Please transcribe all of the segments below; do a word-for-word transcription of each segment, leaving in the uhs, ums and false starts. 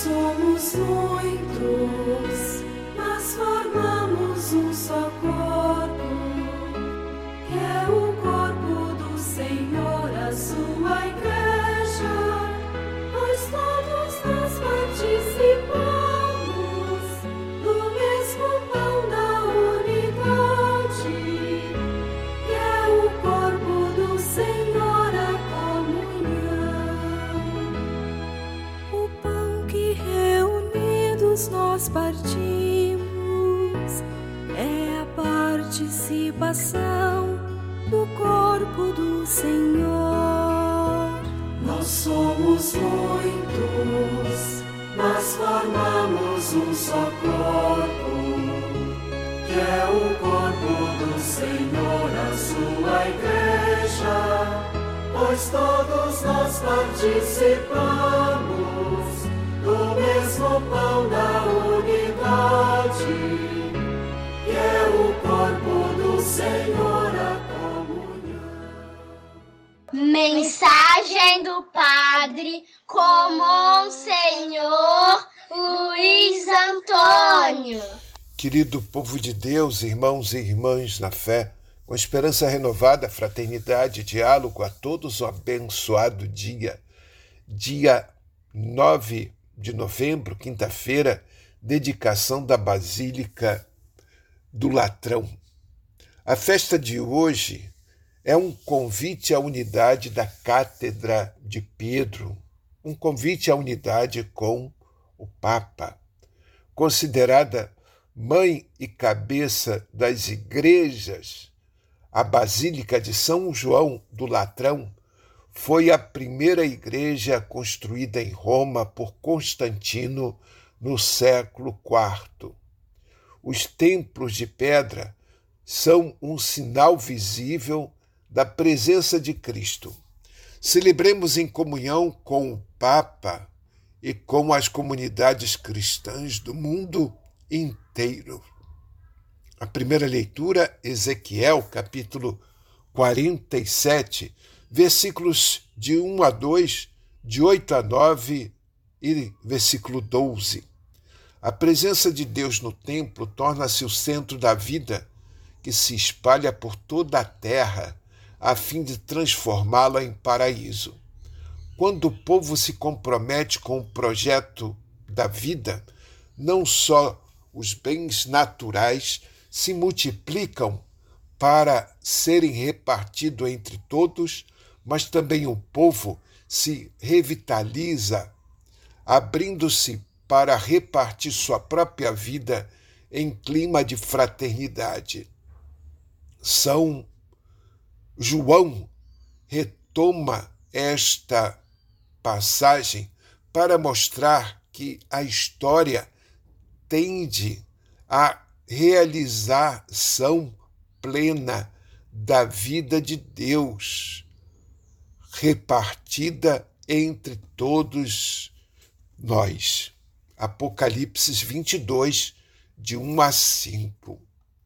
somos muitos, mas formamos um só corpo, que é o corpo do Senhor, a sua igreja. Pois todos nós participamos do mesmo pão da unidade, que é o corpo do Senhor, a comunhão. O pão que reunidos nós partimos é a participação do corpo do Senhor. Nós somos muitos, mas formamos um só corpo, que é o corpo do Senhor, a sua igreja. Pois todos nós participamos do mesmo pão da unidade, que é o corpo do Senhor, a comunhão. Mensagem do Padre com Monsenhor Luiz Antônio. Querido povo de Deus, irmãos e irmãs na fé, com esperança renovada, fraternidade e diálogo, a todos um abençoado dia. Dia nove de novembro, quinta-feira, dedicação da Basílica do Latrão. A festa de hoje é um convite à unidade da Cátedra de Pedro, um convite à unidade com o Papa. Considerada mãe e cabeça das igrejas, a Basílica de São João do Latrão foi a primeira igreja construída em Roma por Constantino no século quarto. Os templos de pedra são um sinal visível da presença de Cristo. Celebremos em comunhão com o Papa e com as comunidades cristãs do mundo inteiro. A primeira leitura, Ezequiel, capítulo quarenta e sete, versículos de um a dois, de oito a nove e versículo doze. A presença de Deus no templo torna-se o centro da vida que se espalha por toda a terra, a fim de transformá-la em paraíso. Quando o povo se compromete com o projeto da vida, não só os bens naturais se multiplicam para serem repartidos entre todos, mas também o povo se revitaliza, abrindo-se para repartir sua própria vida em clima de fraternidade. São João retoma esta passagem para mostrar que a história tende a realização plena da vida de Deus, repartida entre todos nós. Apocalipse vinte e dois, de um a cinco.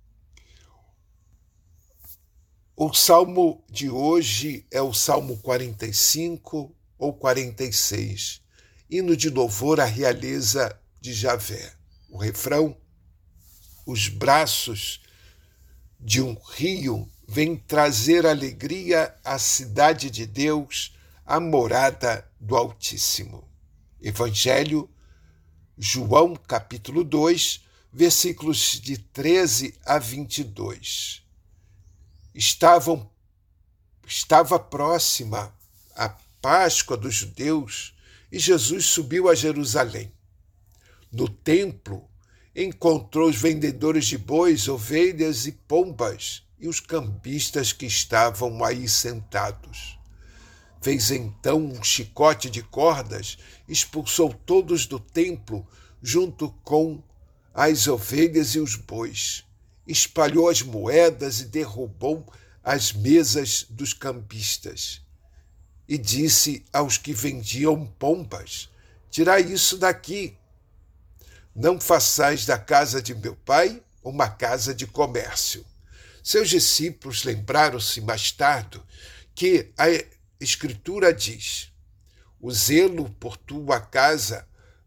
O salmo de hoje é o Salmo quarenta e cinco ou quarenta e seis, hino de louvor à realeza de Javé. O refrão: os braços de um rio vêm trazer alegria à cidade de Deus, à morada do Altíssimo. Evangelho, João, capítulo dois, versículos de treze a vinte e dois. Estavam, estava próxima a Páscoa dos judeus e Jesus subiu a Jerusalém. No templo, encontrou os vendedores de bois, ovelhas e pombas e os cambistas que estavam aí sentados. Fez então um chicote de cordas, expulsou todos do templo, junto com as ovelhas e os bois. Espalhou as moedas e derrubou as mesas dos cambistas. E disse aos que vendiam pombas: tirai isso daqui. Não façais da casa de meu pai uma casa de comércio. Seus discípulos lembraram-se mais tarde que a Escritura diz: o zelo por tua casa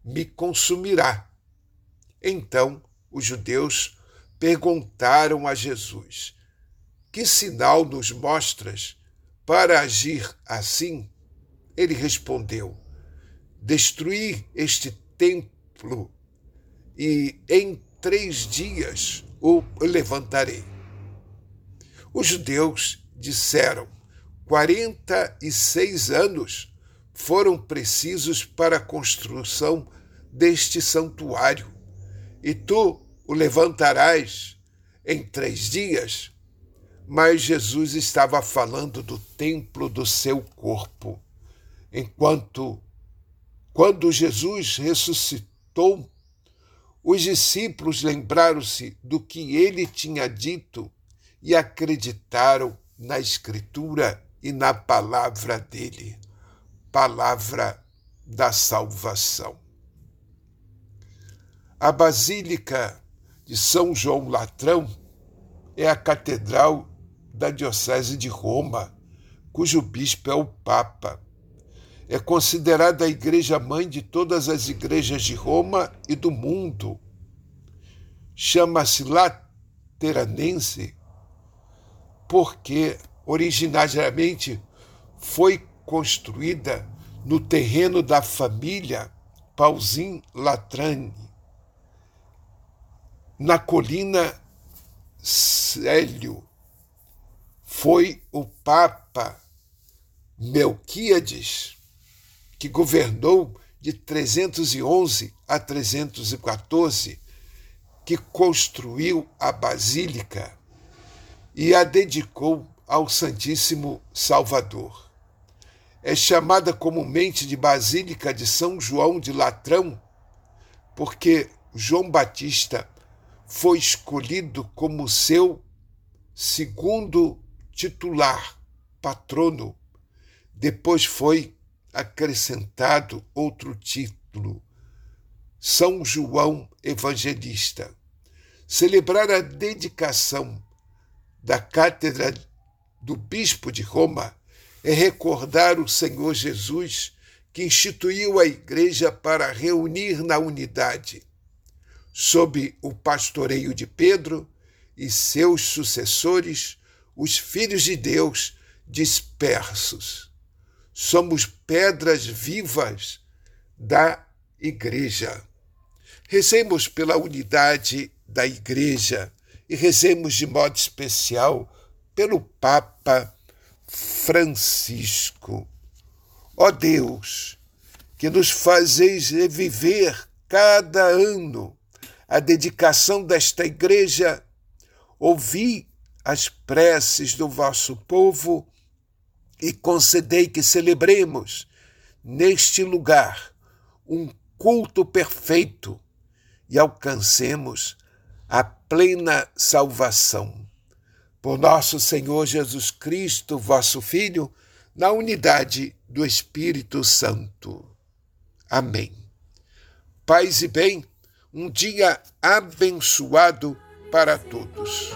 me consumirá. Então os judeus perguntaram a Jesus: que sinal nos mostras para agir assim? Ele respondeu: destruir este templo e em três dias o levantarei. Os judeus disseram: quarenta e seis anos foram precisos para a construção deste santuário, e tu o levantarás em três dias? Mas Jesus estava falando do templo do seu corpo. Enquanto, quando Jesus ressuscitou, os discípulos lembraram-se do que ele tinha dito e acreditaram na Escritura e na palavra dele, palavra da salvação. A Basílica de São João Latrão é a catedral da Diocese de Roma, cujo bispo é o Papa. É considerada a igreja-mãe de todas as igrejas de Roma e do mundo. Chama-se Lateranense porque originariamente foi construída no terreno da família Pauzin Latrani, na colina Célio. Foi o Papa Melquíades que governou de trezentos e onze a trezentos e quatorze, que construiu a Basílica e a dedicou ao Santíssimo Salvador. É chamada comumente de Basílica de São João de Latrão, porque João Batista foi escolhido como seu segundo titular, patrono. Depois foi acrescentado outro título, São João Evangelista. Celebrar a dedicação da cátedra do bispo de Roma é recordar o Senhor Jesus, que instituiu a igreja para reunir na unidade, sob o pastoreio de Pedro e seus sucessores, os filhos de Deus dispersos. Somos pedras vivas da igreja. Rezemos pela unidade da igreja e rezemos de modo especial pelo Papa Francisco. Ó Deus, que nos fazeis reviver cada ano a dedicação desta igreja, ouvi as preces do vosso povo e concedei que celebremos neste lugar um culto perfeito e alcancemos a plena salvação. Por nosso Senhor Jesus Cristo, vosso Filho, na unidade do Espírito Santo. Amém. Paz e bem, um dia abençoado para todos.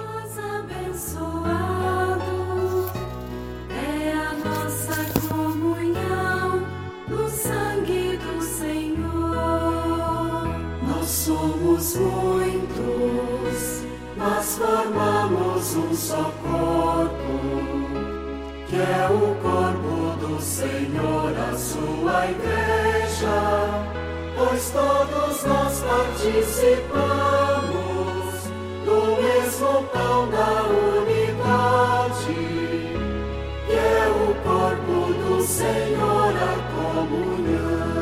Somos muitos, mas formamos um só corpo, que é o corpo do Senhor, a sua igreja, pois todos nós participamos do mesmo pão da unidade, que é o corpo do Senhor, a comunhão.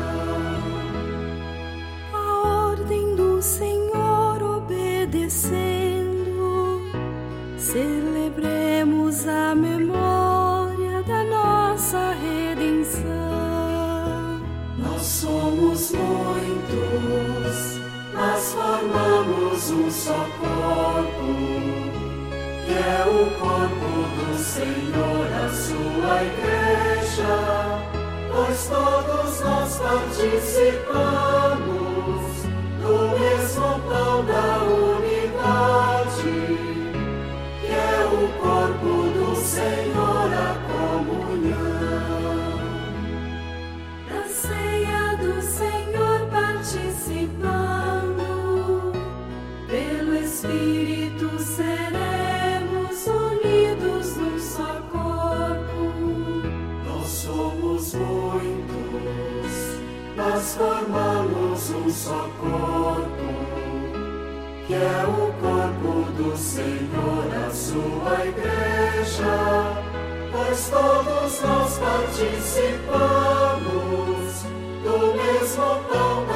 Senhor obedecendo, celebremos a memória da nossa redenção. Nós somos muitos, mas formamos um só corpo, que é o corpo do Senhor, a sua igreja, pois todos nós participamos do mesmo pão da unidade, que é o corpo do Senhor, a comunhão. Da ceia do Senhor participamos, corpo, que é o corpo do Senhor, a sua igreja, pois todos nós participamos do mesmo pão da